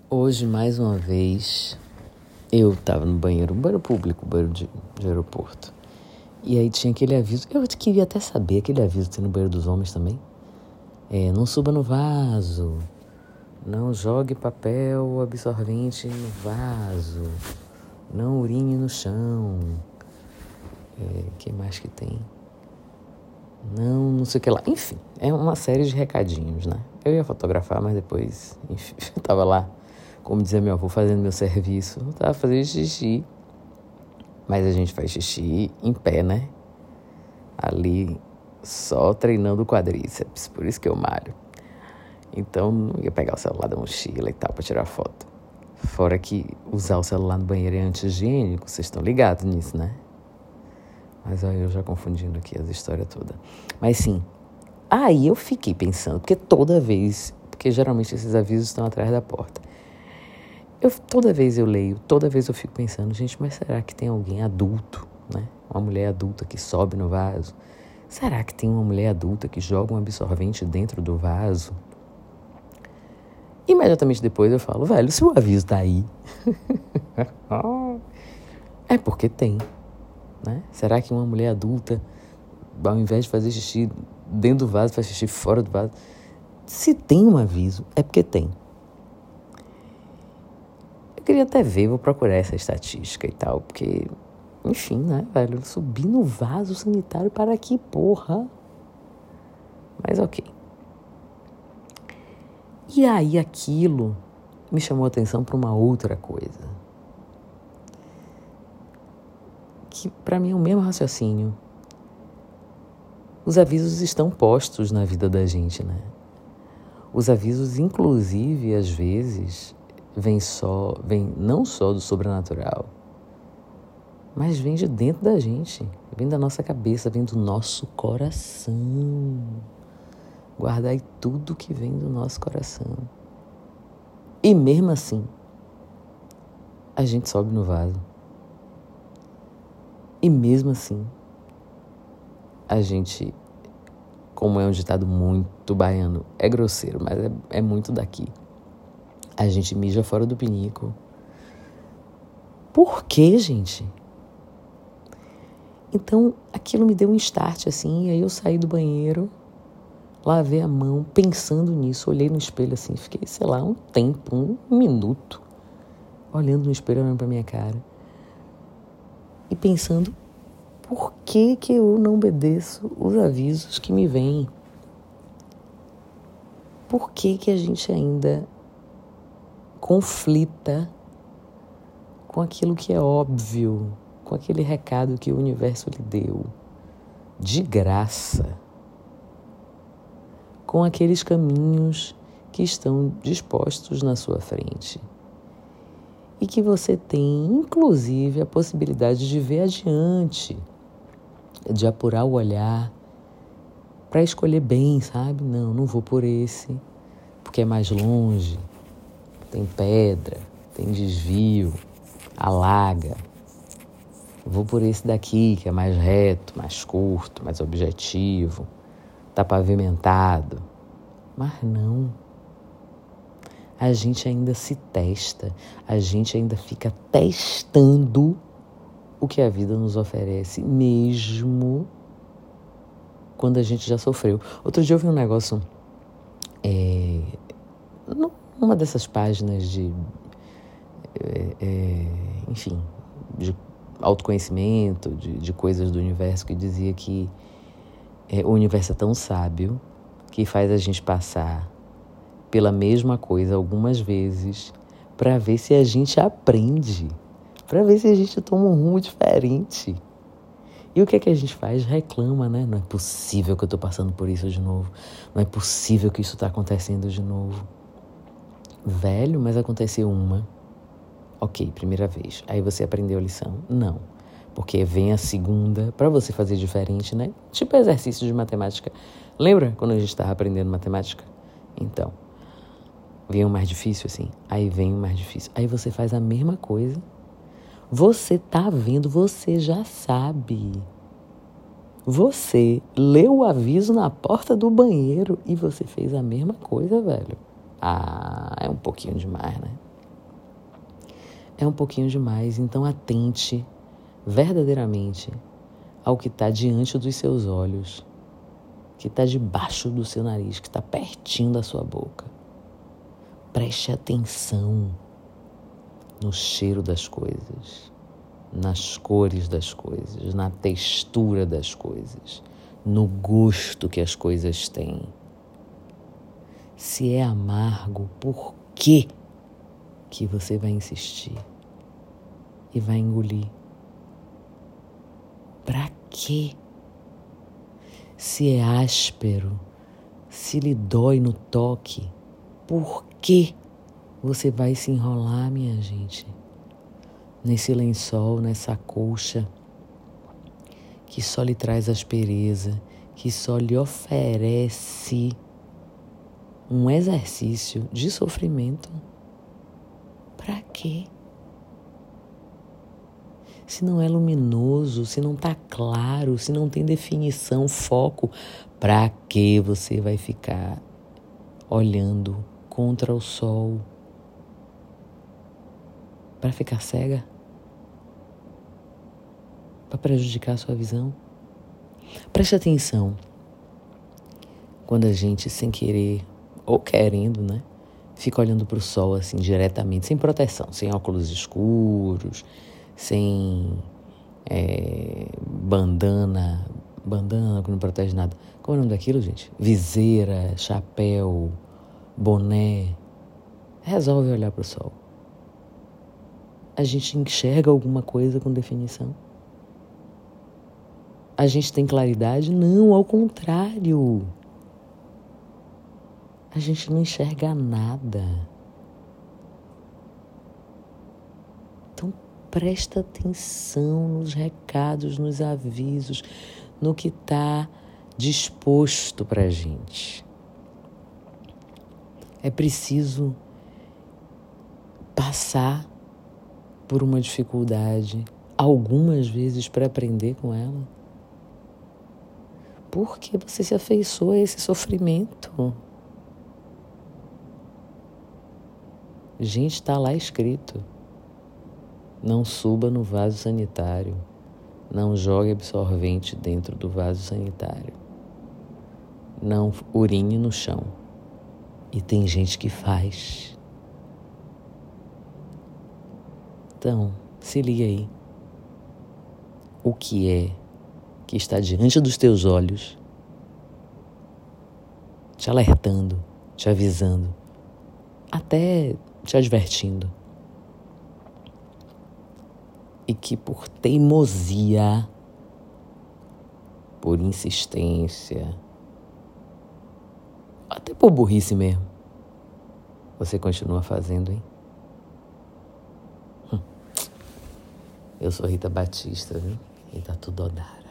Hoje, mais uma vez, eu tava no banheiro, um banheiro público, um banheiro de aeroporto. E aí tinha aquele aviso, eu queria até saber, aquele aviso tem no banheiro dos homens também. Não suba no vaso, não jogue papel absorvente no vaso, não urine no chão. Que mais que tem? Não sei o que lá. Enfim, é uma série de recadinhos, né? Eu ia fotografar, mas depois, enfim, eu tava lá, como dizia meu avô, fazendo meu serviço. Eu tava fazendo xixi. Mas a gente faz xixi em pé, né? Ali, só treinando o quadríceps. Por isso que eu malho. Então, não ia pegar o celular da mochila e tal pra tirar foto. Fora que usar o celular no banheiro é anti-higiênico. Vocês estão ligados nisso, né? Mas olha, eu já confundindo aqui as histórias todas. Mas sim, aí eu fiquei pensando, porque geralmente esses avisos estão atrás da porta. Toda vez eu leio, toda vez eu fico pensando, gente, mas será que tem alguém adulto, né? Uma mulher adulta que sobe no vaso? Será que tem uma mulher adulta que joga um absorvente dentro do vaso? Imediatamente depois eu falo, velho, se o aviso tá aí, é porque tem, né? Será que uma mulher adulta, ao invés de fazer xixi dentro do vaso, faz xixi fora do vaso? Se tem um aviso, é porque tem. Eu queria até ver, vou procurar essa estatística e tal, porque, enfim, né, velho, eu subi no vaso sanitário para que porra? Mas ok. E aí aquilo me chamou a atenção para uma outra coisa. Que para mim é o mesmo raciocínio. Os avisos estão postos na vida da gente, né? Os avisos, inclusive, às vezes, vem não só do sobrenatural, mas vem de dentro da gente, vem da nossa cabeça, vem do nosso coração. Guardai tudo que vem do nosso coração. E mesmo assim, a gente sobe no vaso. E mesmo assim, a gente, como é um ditado muito baiano, é grosseiro, mas é muito daqui. A gente mija fora do pinico. Por quê, gente? Então, aquilo me deu um start, assim, e aí eu saí do banheiro, lavei a mão, pensando nisso, olhei no espelho, assim, fiquei, sei lá, um tempo, um minuto, olhando no espelho, olhando pra minha cara, e pensando, por que eu não obedeço os avisos que me vêm? Por que a gente ainda conflita com aquilo que é óbvio, com aquele recado que o universo lhe deu, de graça, com aqueles caminhos que estão dispostos na sua frente e que você tem, inclusive, a possibilidade de ver adiante, de apurar o olhar para escolher bem, sabe? Não vou por esse, porque é mais longe, tem pedra, tem desvio, alaga. Vou por esse daqui, que é mais reto, mais curto, mais objetivo, tá pavimentado. Mas não. A gente ainda se testa, a gente ainda fica testando o que a vida nos oferece, mesmo quando a gente já sofreu. Outro dia eu vi um negócio, numa dessas páginas enfim, de autoconhecimento, de coisas do universo, que dizia que o universo é tão sábio que faz a gente passar pela mesma coisa algumas vezes para ver se a gente aprende, para ver se a gente toma um rumo diferente. E o que é que a gente faz? Reclama, né? Não é possível que eu estou passando por isso de novo. Não é possível que isso está acontecendo de novo. Velho, mas aconteceu uma. Ok, primeira vez. Aí você aprendeu a lição? Não. Porque vem a segunda para você fazer diferente, né? Tipo exercício de matemática. Lembra quando a gente estava aprendendo matemática? Então, vem o mais difícil assim. Aí vem o mais difícil. Aí você faz a mesma coisa. Você tá vendo, você já sabe. Você leu o aviso na porta do banheiro e você fez a mesma coisa, velho. É um pouquinho demais, né? é um pouquinho demais. Então atente verdadeiramente ao que está diante dos seus olhos, que está debaixo do seu nariz, que está pertinho da sua boca. Preste atenção no cheiro das coisas, nas cores das coisas, na textura das coisas, no gosto que as coisas têm. Se é amargo, por que você vai insistir e vai engolir? Pra quê? Se é áspero, se lhe dói no toque, por que você vai se enrolar, minha gente, nesse lençol, nessa colcha que só lhe traz aspereza, que só lhe oferece um exercício de sofrimento? Pra quê? Se não é luminoso, se não está claro, se não tem definição, foco, pra que você vai ficar olhando contra o sol? Para ficar cega? Para prejudicar a sua visão? Preste atenção. Quando a gente, sem querer ou querendo, né, fica olhando para o sol assim diretamente, sem proteção, sem óculos escuros, sem bandana que não protege nada. Qual é o nome daquilo, gente? Viseira, chapéu, boné. Resolve olhar para o sol. A gente enxerga alguma coisa com definição? A gente tem claridade? Não, ao contrário. A gente não enxerga nada. Então, presta atenção nos recados, nos avisos, no que está disposto para a gente. É preciso passar por uma dificuldade, algumas vezes, para aprender com ela. Porque você se afeiçoa a esse sofrimento. Gente, está lá escrito: não suba no vaso sanitário, não jogue absorvente dentro do vaso sanitário, não urine no chão. E tem gente que faz. Então, se liga aí. O que é que está diante dos teus olhos, te alertando, te avisando, até te advertindo, e que por teimosia, por insistência, até por burrice mesmo, você continua fazendo, hein? Eu sou Rita Batista, viu? Rita Tudodara.